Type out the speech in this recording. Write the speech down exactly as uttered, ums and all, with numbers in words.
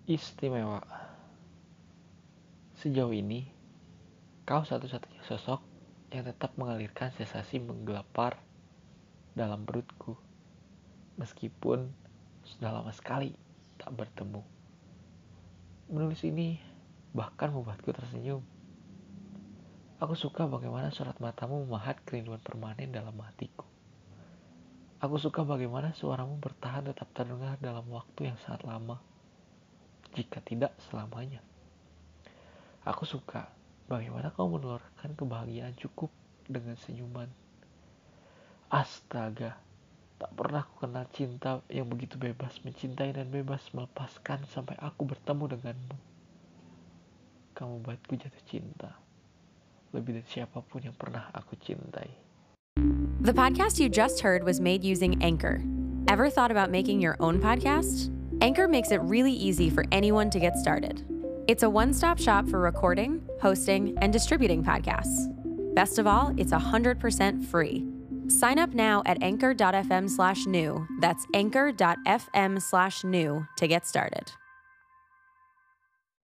Istimewa. Sejauh ini, kau satu-satunya sosok yang tetap mengalirkan sensasi menggelapar dalam perutku, meskipun sudah lama sekali tak bertemu. Menulis ini bahkan membuatku tersenyum. Aku suka bagaimana sorot matamu memahat kerinduan permanen dalam hatiku. Aku suka bagaimana suaramu bertahan tetap terdengar dalam waktu yang sangat lama, jika tidak selamanya. Aku suka bagaimana kau menularkan kebahagiaan cukup dengan senyuman. Astaga, tak pernah ku kenal cinta yang begitu bebas mencintai dan bebas melepaskan sampai aku bertemu denganmu. Kamu buatku jatuh cinta, lebih dari siapapun yang pernah aku cintai. The podcast you just heard was made using Anchor. Ever thought about making your own podcast? Anchor makes it really easy for anyone to get started. It's a one-stop shop for recording, hosting, and distributing podcasts. Best of all, it's one hundred percent free. Sign up now at anchor.fm slash new. That's anchor.fm slash new to get started.